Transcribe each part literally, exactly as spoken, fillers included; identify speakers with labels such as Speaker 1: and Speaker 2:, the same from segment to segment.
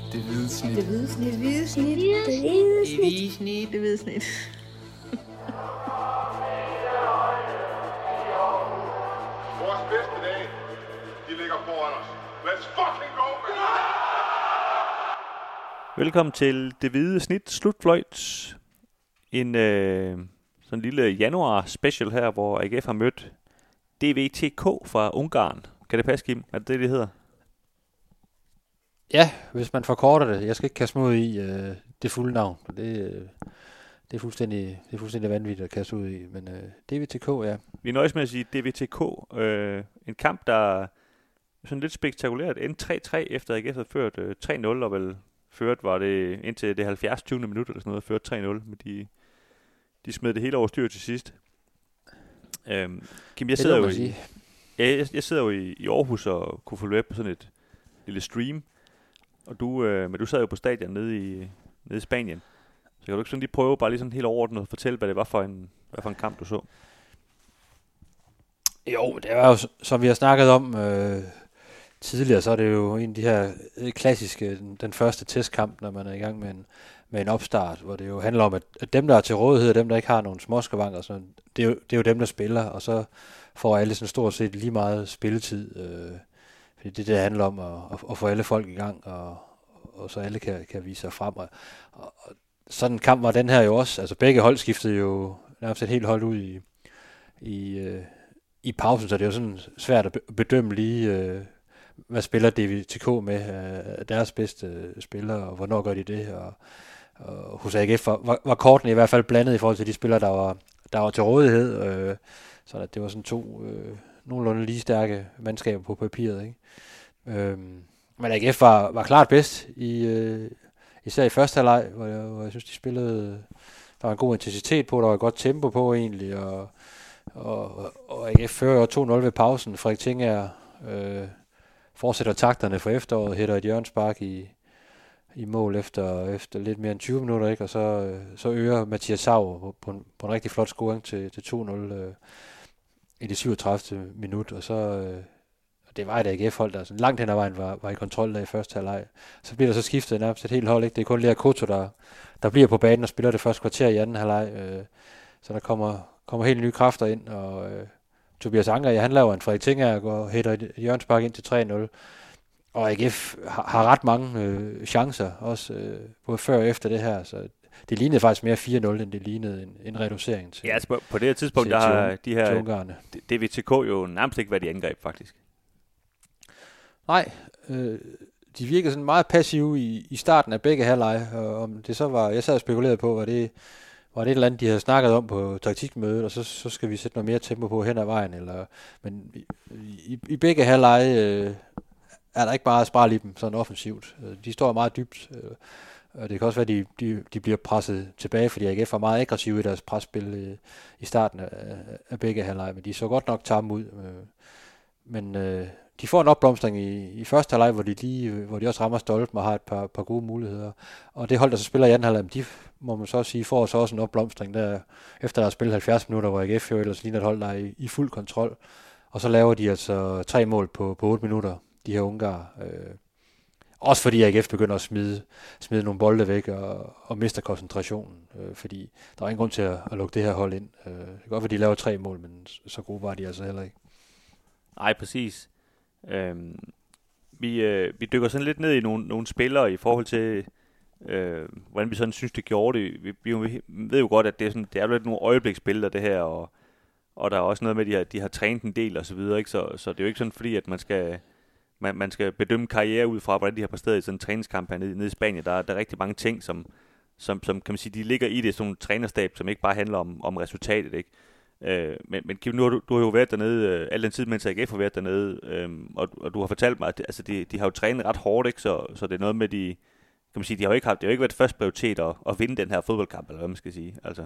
Speaker 1: Det hvide snit.
Speaker 2: Det hvide snit.
Speaker 3: Det hvide snit.
Speaker 2: Det hvide snit.
Speaker 3: Det hvide snit.
Speaker 2: Det hvide snit.
Speaker 4: Vores bedste dage, de ligger foran os. Let's fucking go, man!
Speaker 5: Velkommen til Det Hvide Snit Slutfløjt. En øh, sådan lille januar special her, hvor A G F har mødt D V T K fra Ungarn. Kan det passe, Kim? Er det det, det hedder?
Speaker 6: Ja, hvis man forkorter det. Jeg skal ikke kaste mig ud i øh, det fulde navn. Det, øh, det, er fuldstændig, det er fuldstændig vanvittigt at kaste ud i. Men øh, D V T K, ja.
Speaker 5: Vi nøjes med at sige D V T K. Øh, en kamp, der sådan lidt spektakulært endte tre tre, efter A G F havde ført øh, tre nul, og vel ført var det indtil det halvfjerds tyvende minut eller sådan noget, ført tre nul, men de, de smed det hele over styr til sidst. Øh, Kim, jeg sidder jo i, ja, jeg, jeg sidder jo i, i Aarhus og kunne følge med på sådan et lille stream. Og du, øh, men du sad jo på stadion nede i, nede i Spanien. Så kan du ikke sådan lige prøve, bare lige sådan helt overordnet at fortælle, hvad det var for en, hvad for en kamp, du så?
Speaker 6: Jo, det var jo, som vi har snakket om øh, tidligere, så er det jo en af de her klassiske, den, den første testkamp, når man er i gang med en, med en opstart, hvor det jo handler om, at, at dem, der er til rådighed, og dem, der ikke har nogen småskavanker, så det, er jo, det er jo dem, der spiller, og så får alle sådan stort set lige meget spilletid. Øh, fordi det, det handler om at, at, at få alle folk i gang, og, og så alle kan, kan vise sig frem. Og, og sådan en kamp var den her jo også. Altså begge hold skiftede jo nærmest et helt hold ud i, i, øh, i pausen, så det er jo sådan svært at bedømme lige, øh, hvad spiller D V T K med øh, deres bedste øh, spillere, og hvornår gør de det. Og, og hos A G F var, var, var kortene i hvert fald blandet i forhold til de spillere, der var, der var til rådighed. Øh, så det var sådan to øh, nogenlunde lige stærke mandskaber på papiret, ikke? Øhm, men A G F var, var klart bedst, i, øh, især i første halvleg, hvor jeg, hvor jeg synes, de spillede, der var en god intensitet på, der var et godt tempo på egentlig, og, og, og A G F fører jo to nul ved pausen. Frederik Tinger øh, fortsætter takterne for efteråret, hætter et hjørnespark i, i mål efter, efter lidt mere end tyve minutter, ikke? Og så, øh, så øger Mathias Sauer på, på, en, på en rigtig flot scoring til, til to nul øh, i det syvogtredive minut, og så øh, det var et A G F-hold, der sådan langt hen ad vejen var, var i kontrol der i første halvleg. Så bliver der så skiftet nærmest et helt hold, ikke? Det er kun Lea Koto, der, der bliver på banen og spiller det første kvarter i anden halvleg. Øh, så der kommer, kommer helt nye kræfter ind, og øh, Tobias Anker, ja, han laver en Frederik Tinger og hætter et hjørnespark ind til tre nul. Og A G F har, har ret mange øh, chancer, også øh, både før og efter det her, så det lignede faktisk mere fire nul, end det lignede en, en reducering til.
Speaker 5: Ja, altså på, på det her tidspunkt,
Speaker 6: til,
Speaker 5: der har de her D V T K jo nærmest ikke været i angreb, faktisk.
Speaker 6: Nej, øh, de virkede sådan meget passive i, i starten af begge halvleje, og om det så var, jeg sad og spekulerede på, var det, var det et eller andet, de havde snakket om på taktikmødet, og så, så skal vi sætte noget mere tempo på hen ad vejen, eller, men i, i, i begge halvleje øh, er der ikke bare at spare i dem sådan offensivt. De står meget dybt, øh, og det kan også være, at de, de, de bliver presset tilbage, fordi A G F var meget aggressive i deres presspil øh, i starten af, af begge halvleje, men de så godt nok tamme ud. Øh, men øh, de får en opblomstring i, i første halvleg, hvor de lige, hvor de også rammer stolpen og har et par, par gode muligheder. Og det hold, der så spiller i anden halvleg, de må man så sige, får så også en opblomstring der, efter der har spillet halvfjerds minutter, hvor A G F jo ellers ligner et hold, der er i, i fuld kontrol. Og så laver de altså tre mål på, på otte minutter, de her ungarer. Øh, også fordi A G F begynder at smide, smide nogle bolde væk og, og mister koncentrationen. Øh, fordi der er ingen grund til at, at lukke det her hold ind. Øh, det kan godt være, de laver tre mål, men så gode var de altså heller ikke.
Speaker 5: Nej, præcis. Øhm, vi, øh, vi dykker sådan lidt ned i nogle, nogle spillere i forhold til, øh, hvordan vi sådan synes, det gjorde det. Vi, vi, vi ved jo godt, at det er, sådan, det er jo lidt nogle øjebliksbilleder, det her, og, og der er også noget med, at de har, de har trænet en del og så videre, ikke? Så, så det er jo ikke sådan, fordi at man skal, man, man skal bedømme karriere ud fra, hvordan de har præsteret i sådan en træningskamp her nede, nede i Spanien. Der, der er rigtig mange ting, som, som, som kan man sige, de ligger i det, sådan en trænerstab, som ikke bare handler om, om resultatet, ikke? Øh, men, men Kim, nu har du, du har jo været dernede øh, al den tid, mens A G F har været dernede, øh, og, og du har fortalt mig, at altså, de, de har jo trænet ret hårdt, ikke? Så, så det er noget med, de, kan man sige, de har jo ikke haft, det har jo ikke været først prioritet at, at vinde den her fodboldkamp, eller hvad man skal sige, altså.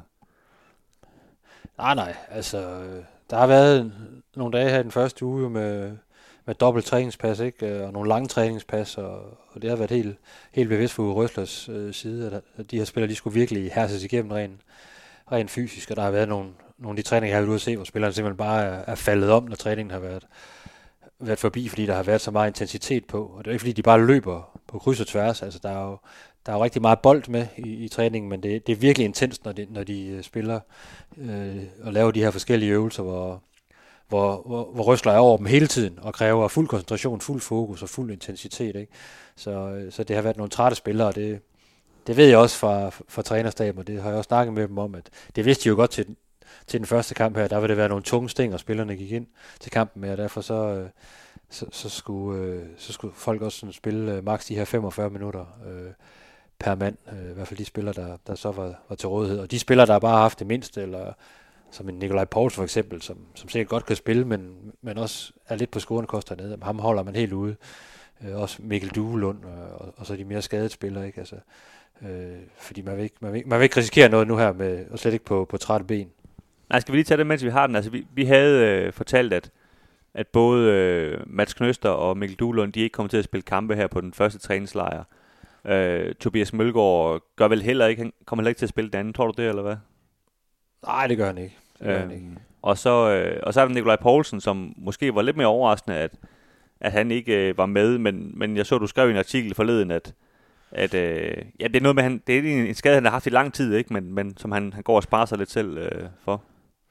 Speaker 6: Nej, nej, altså, der har været nogle dage her den første uge med, med dobbelt træningspas, ikke? Og nogle lange træningspas, og, og det har været helt, helt bevidst fra Uwe Røslers øh, side, at de her spillere, de skulle virkelig herses igennem rent, rent fysisk, og der har været nogle nogle af de træninger, jeg har været ude at se, hvor spillerne simpelthen bare er, er faldet om, når træningen har været, været forbi, fordi der har været så meget intensitet på. Og det er ikke fordi, de bare løber på kryds og tværs. Altså, der er jo, der er jo rigtig meget bold med i, i træningen, men det, det er virkelig intens, når de, når de uh, spiller øh, og laver de her forskellige øvelser, hvor, hvor, hvor, hvor Røsler er over dem hele tiden og kræver fuld koncentration, fuld fokus og fuld intensitet. Ikke? Så, så det har været nogle trætte spillere, og det, det ved jeg også fra, fra trænerstaben, og det har jeg også snakket med dem om, at det vidste de jo godt til, til den første kamp her. Der vil det være nogle tunge sting, og spillerne gik ind til kampen med, og derfor så, så, så, skulle, så skulle folk også sådan spille maks de her femogfyrre minutter øh, per mand, øh, i hvert fald de spillere, der, der så var, var til rådighed. Og de spillere, der bare har haft det mindste, eller som en Nikolaj Poulsen for eksempel, som, som sikkert godt kan spille, men, men også er lidt på scorekost dernede. Ham holder man helt ude. Øh, også Mikkel Duelund, og, og så de mere skadede spillere, ikke? Altså, øh, fordi man vil, ikke, man, vil, man vil ikke risikere noget nu her, med, og slet ikke på, på trætte ben.
Speaker 5: Nej, skal vi lige tage det, mens vi har den? Altså, vi, vi havde øh, fortalt, at, at både øh, Mats Knøster og Mikkel Duelund, de ikke kommer til at spille kampe her på den første træningslejr. Øh, Tobias Mølgaard gør vel heller ikke, han kommer heller ikke til at spille den anden, tror du det, eller hvad?
Speaker 6: Nej, det gør han ikke. Det gør
Speaker 5: øh,
Speaker 6: han ikke.
Speaker 5: Og, så, øh, og så er der Nikolaj Poulsen, som måske var lidt mere overraskende, at, at han ikke øh, var med, men, men jeg så, du skrev i en artikel forleden, at, at øh, ja, det er noget med, han, det er en skade, han har haft i lang tid, ikke? Men, men som han, han går og sparer sig lidt selv øh, for.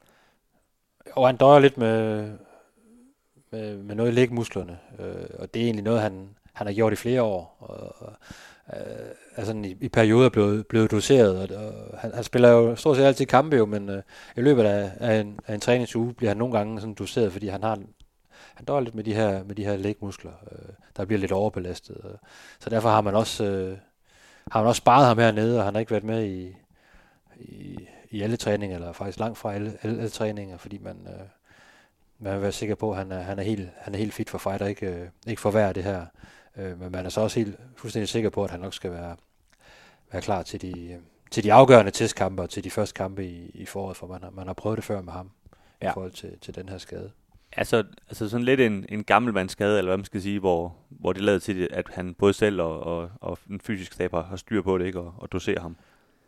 Speaker 6: Og han døjer lidt med, med, med noget i lægmusklerne, øh, og det er egentlig noget, han, han har gjort i flere år, og, og øh, er sådan i, i perioder blevet, blevet doseret, og, og han, han spiller jo stort set altid kampe jo, men øh, i løbet af, af, en, af en træningsuge bliver han nogle gange sådan doseret, fordi han har han døjer lidt med de her, med de her lægmuskler, øh, der bliver lidt overbelastet, øh, så derfor har man også øh, har man også sparet ham hernede, og han har ikke været med i, i i alle træninger, eller faktisk langt fra alle, alle, alle træninger, fordi man, øh, man vil være sikker på, at han er, han er, helt, han er helt fit for fight, og ikke, øh, ikke forværre det her. Øh, men man er så også helt fuldstændig sikker på, at han nok skal være, være klar til de, til de afgørende testkampe, og til de første kampe i, i foråret, for man har, man har prøvet det før med ham, ja, i forhold til, til den her skade.
Speaker 5: Altså, altså sådan lidt en, en gammelmandsskade, eller hvad man skal sige, hvor, hvor det lader til, at han både selv og, og, og den fysiske stab har styr på det, ikke, og, og doserer ham.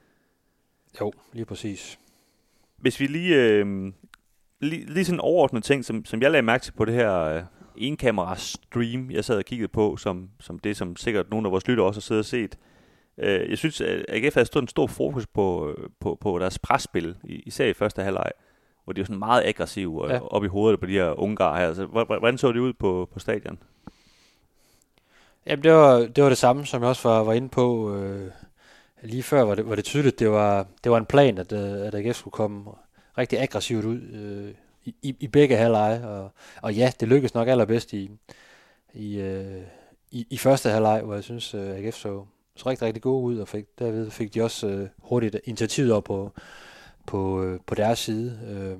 Speaker 6: Jo, lige præcis.
Speaker 5: Hvis vi lige, øh, lige, lige sådan overordnet ting, som, som jeg lagde mærke til på det her øh, enkamera stream, jeg sad og kiggede på, som, som det, som sikkert nogle af vores lyttere også har siddet og set. Øh, jeg synes, at A G F havde stået en stor fokus på, på, på deres presspil, især i første halvleg, hvor de er sådan meget aggressive ja. op i hovedet på de her ungarer her. Altså, hvordan så det ud på, på stadion?
Speaker 6: Jamen, det var, det var det samme, som jeg også var, var inde på øh lige før, var det, var det tydeligt, det var, det var en plan, at, at A G F skulle komme rigtig aggressivt ud øh, i, i begge halvleje. Og, og ja, det lykkedes nok allerbedst i, i, øh, i, i første halvleg, hvor jeg synes, at A G F så, så rigtig, rigtig gode ud, og fik, derved fik de også øh, hurtigt initiativet op på, på, øh, på deres side. Øh,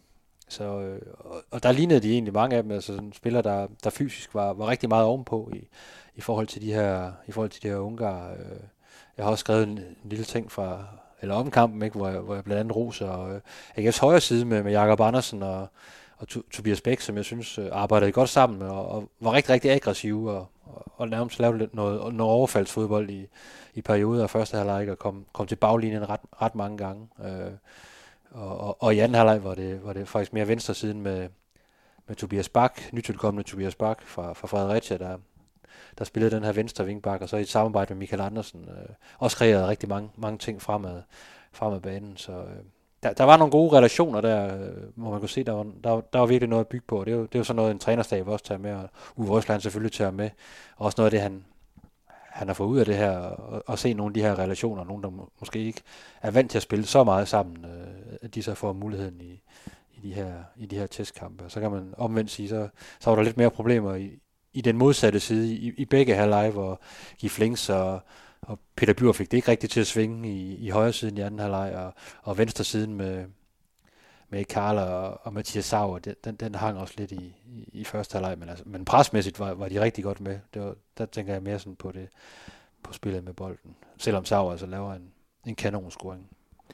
Speaker 6: så, øh, og, og der lignede de egentlig mange af dem, altså sådan spillere, der, der fysisk var, var rigtig meget ovenpå i, i forhold til de her, i forhold til de her ungarer. Øh, Jeg har også skrevet en, en lille ting fra, eller om kampen, ikke, hvor, jeg, hvor jeg blandt andet roser og, øh, A G F's højre side med, med Jakob Andersen og, og to, Tobias Bæk, som jeg synes øh, arbejdede godt sammen med, og, og var rigtig, rigtig aggressive, og, og, og nærmest lavede lidt noget, noget overfaldsfodbold i, i perioder af første halvleg, og kom, kom til baglinjen ret, ret mange gange. Øh, og, og, og i anden halvleg var det, var det faktisk mere venstre siden med, med Tobias Bak, nytilkommende Tobias Bak fra, fra Fredericia, der der spillede den her venstre vingbak, og så i et samarbejde med Michael Andersen, øh, også kreerede rigtig mange, mange ting fremad, fremad banen. Så øh, der, der var nogle gode relationer der, øh, hvor man kunne se, der var, der, der var virkelig noget at bygge på. Og det er jo, det er jo sådan noget, en trænerstab også tager med, og Uwe Røsler selvfølgelig tager med. Og også noget af det, han, han har fået ud af det her, og, og se nogle af de her relationer, nogle der må, måske ikke er vant til at spille så meget sammen, øh, at de så får muligheden i, i, de, her, i de her testkampe. Så kan man omvendt sige, så, så var der lidt mere problemer i, i den modsatte side, i, i begge halvleje, hvor Guy Flings og, og Peter Bjur fik det ikke rigtigt til at svinge i, i højre siden i anden halvleg, og, og venstre siden med, med Karla og, og Mathias Sauer, den, den hang også lidt i, i, i første halvleg, men, altså, men presmæssigt var, var de rigtig godt med. Det var, der tænker jeg mere sådan på det, på spillet med bolden, selvom Sauer altså laver en, en kanonscoring.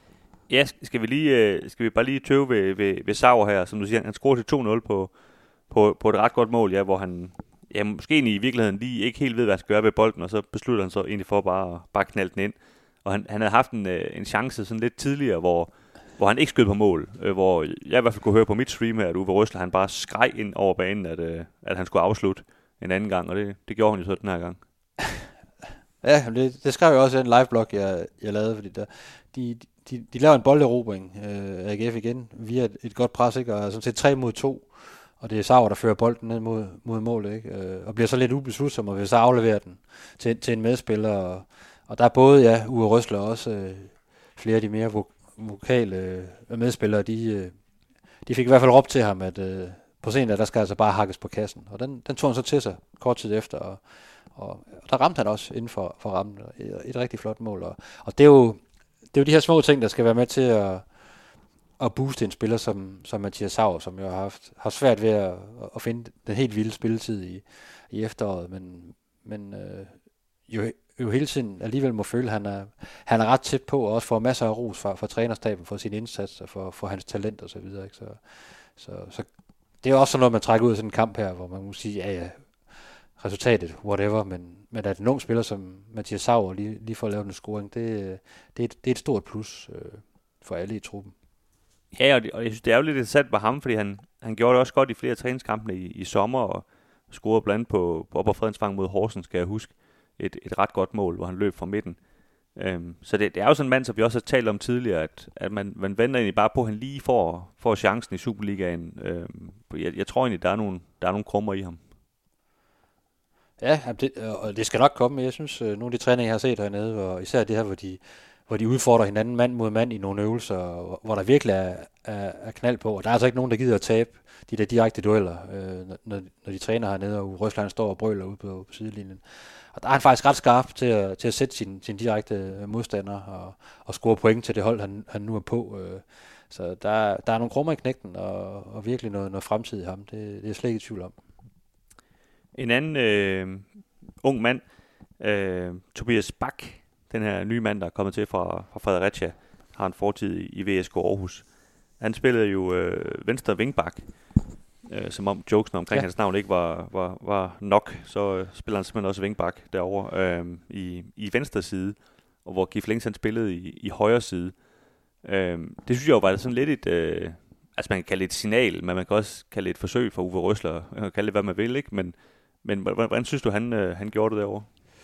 Speaker 5: Ja, skal vi lige skal vi bare lige tøve ved, ved, ved Sauer her, som du siger, han scorer til to nul på, på, på et ret godt mål, ja, hvor han ja, måske egentlig i virkeligheden lige ikke helt ved, hvad han skal gøre ved bolden, og så beslutter han så egentlig for bare, bare at knalde den ind. Og han, han havde haft en, en chance sådan lidt tidligere, hvor, hvor han ikke skød på mål, øh, hvor jeg i hvert fald kunne høre på mit stream her, at Uwe Røsler, han bare skreg ind over banen, at, øh, at han skulle afslutte en anden gang, og det, det gjorde han jo så den her gang.
Speaker 6: Ja, det, det skrev jeg også i en liveblog, jeg, jeg lavede, fordi der, de, de, de laver en bolderobring, øh, A G F igen, via et, et godt pres, ikke? Og sådan set tre mod to, og det er Sauer, der fører bolden ned mod, mod målet, ikke? Øh, og bliver så lidt ubeslutsom, og vil så aflevere den til, til en medspiller, og, og der er både, ja, Uwe Røsler og også øh, flere af de mere vok- vokale øh, medspillere, de, øh, de fik i hvert fald råbt til ham, at øh, på scenen der, der skal altså bare hakkes på kassen, og den, den tog han så til sig kort tid efter, og Og der ramte han også inden for, for rammen. Et, et rigtig flot mål. Og, og det, er jo, det er jo de her små ting, der skal være med til at, at booste en spiller som, som Mathias Sauer, som jo har haft, har svært ved at, at finde den helt vilde spilletid i, i efteråret. Men, men øh, jo, jo hele tiden alligevel må føle, at han er, han er ret tæt på, og også får masser af ros fra, fra trænerstaben for sin indsats, og for, for hans talent osv. Så, så, så, så det er også sådan noget, man trækker ud af sådan en kamp her, hvor man må sige, ja ja, resultatet, whatever, men, men at en ung spiller som Mathias Sauer lige, lige får lavet en scoring, det, det, er et, det er et stort plus øh, for alle i truppen.
Speaker 5: Ja, og, det, og jeg synes, det er jo lidt interessant på ham, fordi han, han gjorde det også godt i flere træningskampene i, i sommer, og scorede blandt andet på, på op- og Fredensvang mod Horsens, skal jeg huske, et, et ret godt mål, hvor han løb fra midten. Øhm, så det, det er jo sådan en mand, som vi også har talt om tidligere, at, at man, man venter egentlig bare på, at han lige får, får chancen i Superligaen. Øhm, jeg, jeg tror egentlig, der er nogle, der er nogle krummer i ham.
Speaker 6: Ja, det, og det skal nok komme. Jeg synes, nogle af de træninger, jeg har set hernede, og især det her, hvor de, hvor de udfordrer hinanden mand mod mand i nogle øvelser, hvor der virkelig er, er, er knald på. Og der er altså ikke nogen, der gider at tabe de der direkte dueller, øh, når, når de træner hernede, og Røsland står og brøler ude på, på sidelinjen. Og der er han faktisk ret skarp til at, til at sætte sin, sin direkte modstander og, og score point til det hold, han, han nu er på. Så der, der er nogle krummer i knægten, og, og virkelig noget, noget fremtid i ham. Det, det er jeg slet ikke i tvivl om.
Speaker 5: En anden øh, ung mand, øh, Tobias Bak, den her nye mand, der er kommet til fra, fra Fredericia, har en fortid i, i V S K Aarhus. Han spillede jo øh, venstre vingbak, øh, som om jokesen omkring ja. hans navn ikke var, var, var nok, så øh, spiller han simpelthen også vingbak derovre øh, i, i venstre side, og hvor Gif Links han spillede i, i højre side. Øh, det synes jeg jo var sådan lidt et, øh, altså man kan kalde det et signal, men man kan også kalde det et forsøg for Uwe Røsler, man kan kalde det hvad man vil, ikke? Men Men hvordan, hvordan synes du, han, øh, han gjorde det derovre?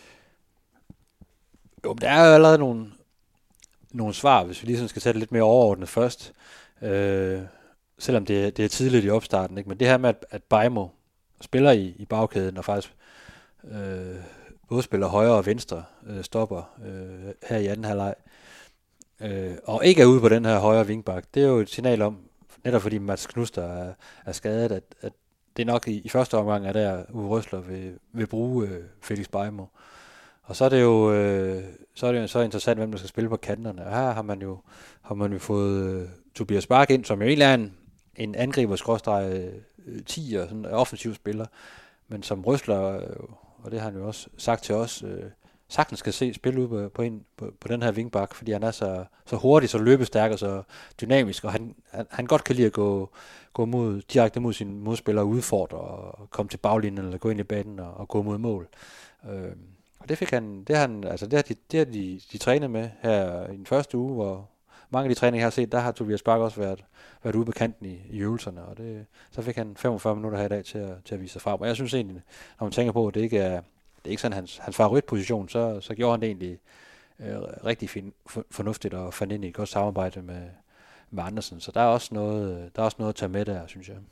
Speaker 6: Jo, der er jo allerede nogle, nogle svar, hvis vi lige sådan skal tage det lidt mere overordnet først. Øh, selvom det, det er tidligt i opstarten, ikke? Men det her med, at, at Bajmo spiller i, i bagkæden, og faktisk øh, både spiller højre og venstre øh, stopper øh, her i anden halvleg, øh, og ikke er ude på den her højre vingbak, det er jo et signal om, netop fordi Mats Knuster er, er skadet, at, at det er nok i, i første omgang, at der Uwe Røsler vil, vil bruge øh, Felix Bajmo. Og så er det jo øh, så er det jo så interessant, hvem der skal spille på kanterne. Og her har man jo, har man jo fået øh, Tobias Bak ind, som jo egentlig er en, en angriber-skråstreg øh, ti og sådan en offensiv spiller. Men som Røsler, øh, og det har han jo også sagt til os, øh, sagtens skal se spille ud på, på, en, på, på den her vingbak, fordi han er så, så hurtig, så løbestærk og så dynamisk, og han, han, han godt kan lide at gå, gå mod, direkte mod sine modspillere og udfordre og komme til baglinjen eller gå ind i banen og, og gå mod mål. Øh, og det fik han, det har han, altså det har de, det har de, de trænet med her i den første uge, hvor mange af de træninger, jeg har set, der har Tobias Bak også været, været ude på kanten i, i øvelserne, og det, så fik han femogfyrre minutter her i dag til at, til at vise sig frem. Og jeg synes egentlig, når man tænker på, at det ikke er, det er ikke sådan hans, hans favoritposition, så, så gjorde han det egentlig øh, rigtig fin, for, fornuftigt og fandt ind i et godt samarbejde med, med Andersen. Så der er også noget, der er også noget at tage med der, synes jeg.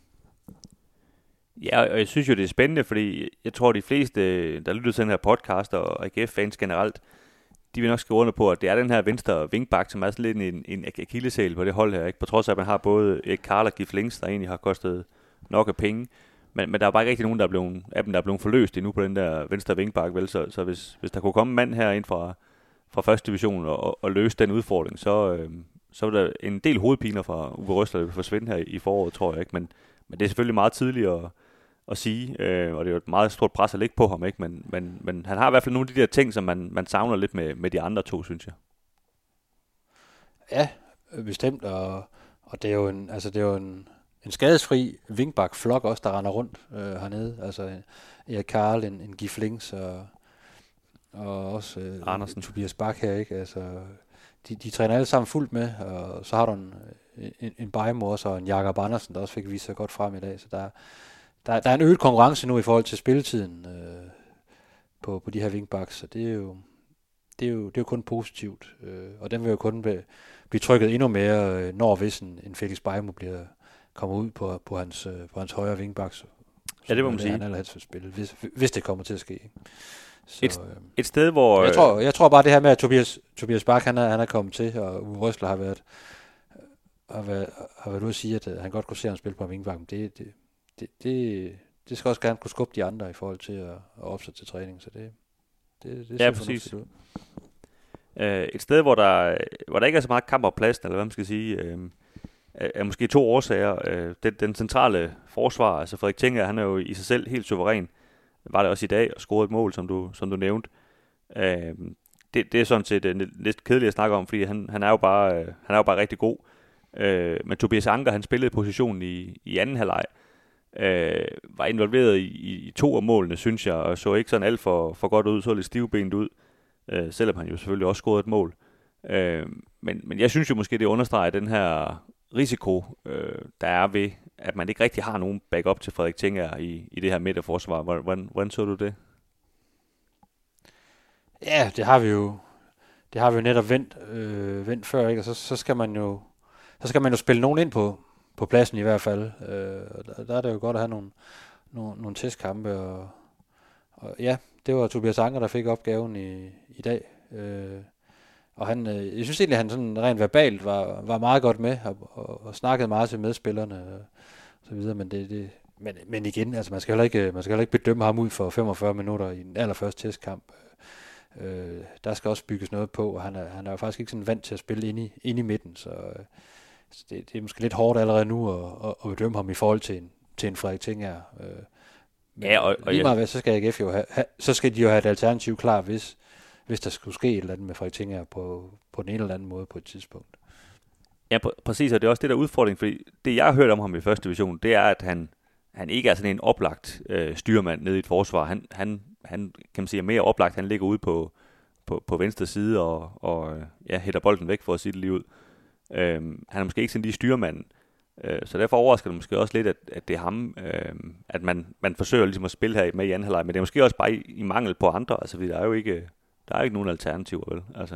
Speaker 5: Ja, og jeg synes jo, det er spændende, fordi jeg tror, de fleste, der lytter til den her podcast, og A G F-fans generelt, de vil nok skrive under på, at det er den her venstre vingbak, som er sådan lidt en, en akilleshæl på det hold her, ikke? På trods af, at man har både Erik Karl og Gif Links, der egentlig har kostet nok af penge. Men, men der er bare ikke rigtig nogen der er blevet, af dem, der er blevet forløst endnu på den der venstre vingbak, vel? Så, så hvis, hvis der kunne komme en mand her ind fra, fra første division og, og løse den udfordring, så, øh, så vil der en del hovedpiner fra Uwe Røsler, der vil forsvinde her i, i foråret, tror jeg ikke. Men, men det er selvfølgelig meget tidligt at, at sige, øh, og det er jo et meget stort pres at lægge på ham, ikke? Men, men, men han har i hvert fald nogle af de der ting, som man, man savner lidt med, med de andre to, synes jeg.
Speaker 6: Ja, bestemt, og, og det er jo en, altså det er jo en, en skadesfri vingbak-flok også, der render rundt øh, hernede. Altså Erik Karl, en, en Gif Links og, og også øh,
Speaker 5: Andersen.
Speaker 6: Tobias Bak her, ikke? Altså, de, de træner alle sammen fuldt med, og så har du en, en, en Bajmo også, og en Jakob Andersen, der også fik vist sig godt frem i dag. Så der, der, der er en øget konkurrence nu i forhold til spilletiden øh, på, på de her wingbacks, så det er jo, det, er jo, det er jo kun positivt, øh, og den vil jo kun be, blive trykket endnu mere, øh, når hvis en, en Felix Beijmo bliver kommer ud på, på, hans, øh, på hans højre vingbak. Så,
Speaker 5: ja, det må man
Speaker 6: det,
Speaker 5: sige.
Speaker 6: Han allerhelst vil spille, hvis, hvis det kommer til at ske. Så,
Speaker 5: et, øh, et sted, hvor...
Speaker 6: Jeg tror, jeg tror bare det her med, at Tobias, Tobias Bak, han er, han er kommet til, og Uwe Røsler har været, har været, har været ude at sige, at han godt kunne se ham spille på vingbakken. Det, det, det, det, det skal også gerne kunne skubbe de andre i forhold til at, at opsætte til træning, så det, det, det
Speaker 5: ja, præcis. Ud. Øh, et sted, hvor der, hvor der ikke er så meget kamp og plads, eller hvad man skal sige, øh, er måske to årsager. Øh, den, den centrale forsvar, altså Frederik Tinger, han er jo i sig selv helt suveræn. Var det også i dag og scorede et mål, som du, som du nævnte. Øh, det, det er sådan set uh, lidt kedeligt at snakke om, fordi han, han, er, jo bare, uh, han er jo bare rigtig god. Øh, men Tobias Anker, han spillede positionen i, i anden halvleg. Øh, var involveret i, i, i to af målene, synes jeg, og så ikke sådan alt for, for godt ud, så lidt stivbenet ud, øh, selvom han jo selvfølgelig også scorede et mål. Øh, men, men jeg synes jo måske, det understreger den her risiko, øh, der er ved, at man ikke rigtig har nogen backup til Frederik Tinger i, i det her midterforsvar. Hvordan, hvordan så du det?
Speaker 6: Ja, det har vi jo, det har vi jo netop vendt, øh, vendt før, ikke? Og så, så skal man jo, så skal man jo spille nogen ind på, på pladsen i hvert fald. Øh, der, der er det jo godt at have nogle, nogle, nogle testkampe, og, og ja, det var Tobias Anker, der fik opgaven i, i dag. Øh, og han, øh, jeg synes egentlig, at han sådan rent verbalt var, var meget godt med, og, og, og snakkede meget til medspillerne, og så videre, men det, det men, men igen, altså man skal heller ikke, man skal heller ikke bedømme ham ud for femogfyrre minutter i den allerførste testkamp. Øh, der skal også bygges noget på, og han er, han er jo faktisk ikke sådan vant til at spille inde i, inde i midten, så, øh, så det, det er måske lidt hårdt allerede nu at, at, at bedømme ham i forhold til en, til en Frederik Tinger. Øh, ja, og, og lige meget hvad, så skal A G F jo have, ha, så skal de jo have et alternativ klar, hvis, hvis der skulle ske et eller andet med Frederik Tinger på, på den ene eller anden måde på et tidspunkt.
Speaker 5: Ja, pr- præcis, og det er også det der udfordring, fordi det jeg har hørt om ham i første division, det er, at han, han ikke er sådan en oplagt øh, styrmand nede i et forsvar. Han, han, han kan man sige, er mere oplagt, han ligger ude på, på, på venstre side og, og ja, hætter bolden væk for at sige det lige ud. Øhm, han er måske ikke sådan lige styrmanden, øh, så derfor overrasker det måske også lidt, at, at det er ham, øh, at man, man forsøger ligesom at spille her med i anden halvleg, men det er måske også bare i, i mangel på andre, altså der er jo ikke, der er ikke nogen alternativer, vel? Altså.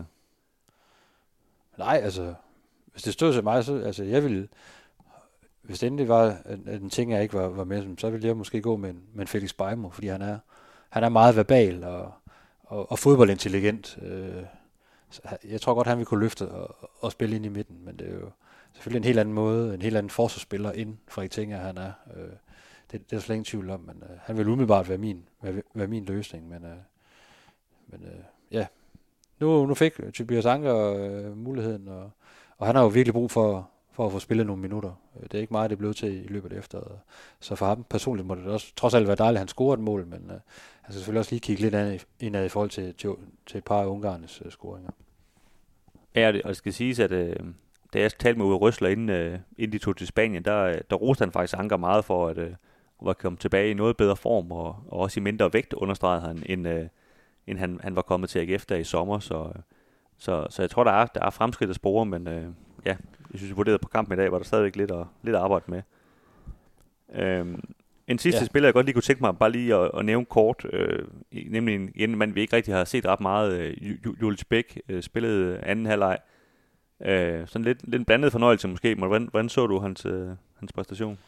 Speaker 6: Nej, altså, hvis det stod til mig, så altså, jeg ville, hvis det endelig var, at en ting, jeg ikke var, var med, så ville jeg måske gå med en, med en Felix Beijmo, fordi han er, han er meget verbal og, og, og fodboldintelligent. Øh, jeg tror godt, han ville kunne løfte og, og spille ind i midten, men det er jo selvfølgelig en helt anden måde, en helt anden forsvarsspiller end Frederik Tinger, han er. Øh, det, det er slet ingen tvivl om, men øh, han vil umiddelbart være min, være, være min løsning, men, øh, men øh, ja, nu, nu fik Tobias Anker øh, muligheden, og, og han har jo virkelig brug for, for at få spillet nogle minutter. Det er ikke meget, det er blevet til i løbet af efteråret. Så for ham personligt må det også trods alt være dejligt, at han scorer et mål, men øh, han skal selvfølgelig også lige kigge lidt indad i forhold til, til, til et par af Ungarnes øh, scoringer.
Speaker 5: Ja, og det skal siges, at øh, da jeg talte med Uwe Røsler, inden, øh, inden de tog til Spanien, der, der roste han faktisk Anker meget for at, øh, at komme tilbage i noget bedre form, og, og også i mindre vægt understregede han, end, øh, end han, han var kommet til A G F der i sommer. Så, så, så jeg tror, der er, der er fremskridt at spore, men øh, ja, jeg synes, vi vurderede på kampen i dag, var der stadigvæk lidt at, lidt at arbejde med. Øhm, en sidste ja. spiller, jeg godt lige kunne tænke mig bare lige at, at nævne kort, øh, nemlig en, en mand, vi ikke rigtig har set ret meget, øh, Julius Bæk, øh, spillede anden halvleg. Øh, sådan lidt, lidt blandet fornøjelse måske, men hvordan, hvordan så du hans, øh, hans præstation?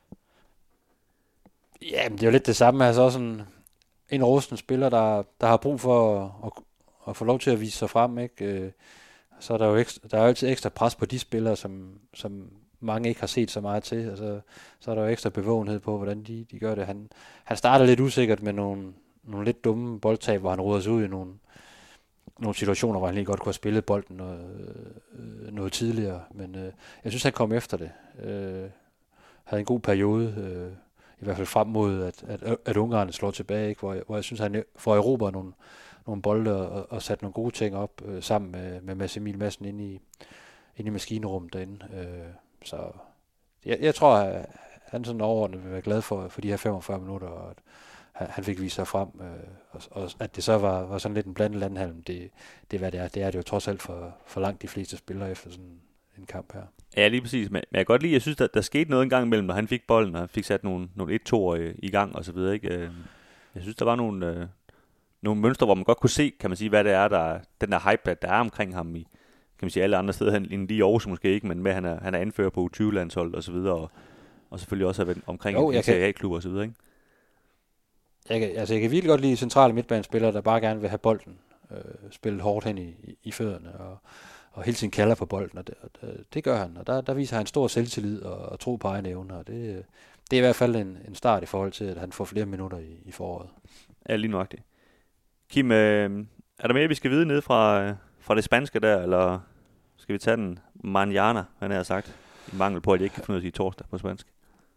Speaker 6: Ja, men det er jo lidt det samme, altså også en, en rusten spiller, der, der har brug for at, at, at få lov til at vise sig frem, ikke? Øh, så er der jo ekstra, der er jo altid ekstra pres på de spillere, som, som mange ikke har set så meget til. Altså, så er der jo ekstra bevågenhed på, hvordan de, de gør det. Han, han starter lidt usikkert med nogle, nogle lidt dumme boldtab, hvor han roder sig ud i nogle, nogle situationer, hvor han lige godt kunne have spillet bolden noget, øh, noget tidligere. Men øh, jeg synes, han kom efter det. Øh, havde en god periode, øh, i hvert fald frem mod, at, at, at Ungarn slår tilbage, ikke? Hvor, jeg, hvor jeg synes, han får Europa nogle nogle bolde og, og sat nogle gode ting op øh, sammen med, med Mads Emil Madsen inde i, inde i maskinrummet derinde. Øh, så jeg, jeg tror, at han sådan overordnet vil være glad for, for de her femogfyrre minutter, og at han, han fik vist sig frem. Øh, og, og at det så var, var sådan lidt en blandet landhalm, det, det, hvad det er. Det er det jo trods alt for, for langt de fleste spillere efter sådan en kamp her.
Speaker 5: Ja, lige præcis. Men jeg kan godt lide, jeg synes, der, der skete noget en gang imellem, når han fik bolden, og han fik sat nogle, nogle et-toer i, i gang og så videre, ikke? Jeg synes, der var nogle... Øh nogle mønstre, hvor man godt kunne se, kan man sige, hvad det er, der den der hype, der, der er omkring ham i, kan man sige, alle andre steder end lige i Aarhus måske ikke, men med, han er, han er anfører på U tyve-landsholdet og så videre, og, og selvfølgelig også er omkring jo, en Serie A-klub og så videre, ikke?
Speaker 6: Jeg kan, altså jeg kan virkelig godt lide centrale midtbanespillere, der bare gerne vil have bolden, øh, spille hårdt hen i, i, i fødderne, og, og hele tiden kalder på bolden, og det, og det, det gør han, og der, der viser han stor selvtillid og, og tro på egne evner, og det, det er i hvert fald en, en start i forhold til, at han får flere minutter i, i foråret.
Speaker 5: Ja, lige nøjagtigt. Kim, øh, er der mere, vi skal vide ned fra, fra det spanske der, eller skal vi tage den mañana, han har sagt, i mangel på, at jeg ikke kan finde ud af at sige torsdag på spansk?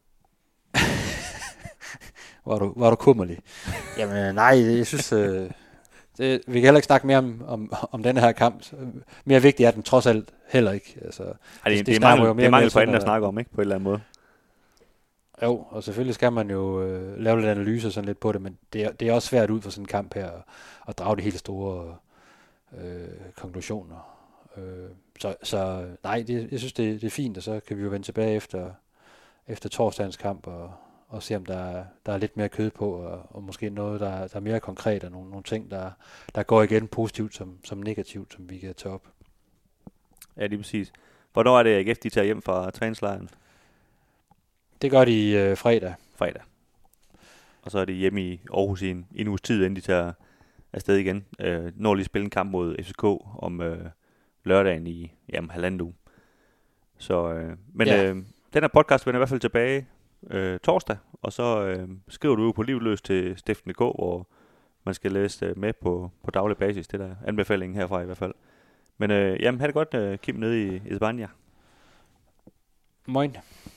Speaker 6: Var du, var du kummerlig? Jamen nej, jeg synes, øh, det, vi kan heller ikke snakke mere om, om, om denne her kamp. Mere vigtigt er den trods alt heller ikke. Altså,
Speaker 5: Ej, det, det, det,
Speaker 6: det,
Speaker 5: er mangel,
Speaker 6: jo mere
Speaker 5: det er mangel på
Speaker 6: sådan,
Speaker 5: andet at snakke om, ikke? På en eller anden måde.
Speaker 6: Jo, og selvfølgelig skal man jo øh, lave lidt analyser sådan lidt på det, men det er, det er også svært ud for sådan en kamp her at, at drage de helt store øh, konklusioner. Øh, så, så nej, det, jeg synes, det, det er fint, og så kan vi jo vende tilbage efter, efter torsdagens kamp og, og se, om der er, der er lidt mere kød på, og, og måske noget, der, der er mere konkret, og nogle, nogle ting, der, der går igen positivt som, som negativt, som vi kan tage op.
Speaker 5: Ja, lige præcis. Hvornår er det, at A G F de tager hjem fra træningslejren?
Speaker 6: Det gør de øh, fredag.
Speaker 5: Fredag. Og så er de hjemme i Aarhus i en, en uges tid, inden de tager afsted igen. Øh, når de spiller en kamp mod F C K om øh, lørdagen i jamen, halvandet uge. Så, øh, men ja. øh, den her podcast vender i hvert fald tilbage øh, torsdag, og så øh, skriver du jo på Livløs til Steffen punktum d k, hvor man skal læse øh, med på, på daglig basis. Det der anbefalingen herfra i hvert fald. Men øh, jamen, have det godt, øh, Kim, nede i España.
Speaker 6: Moin.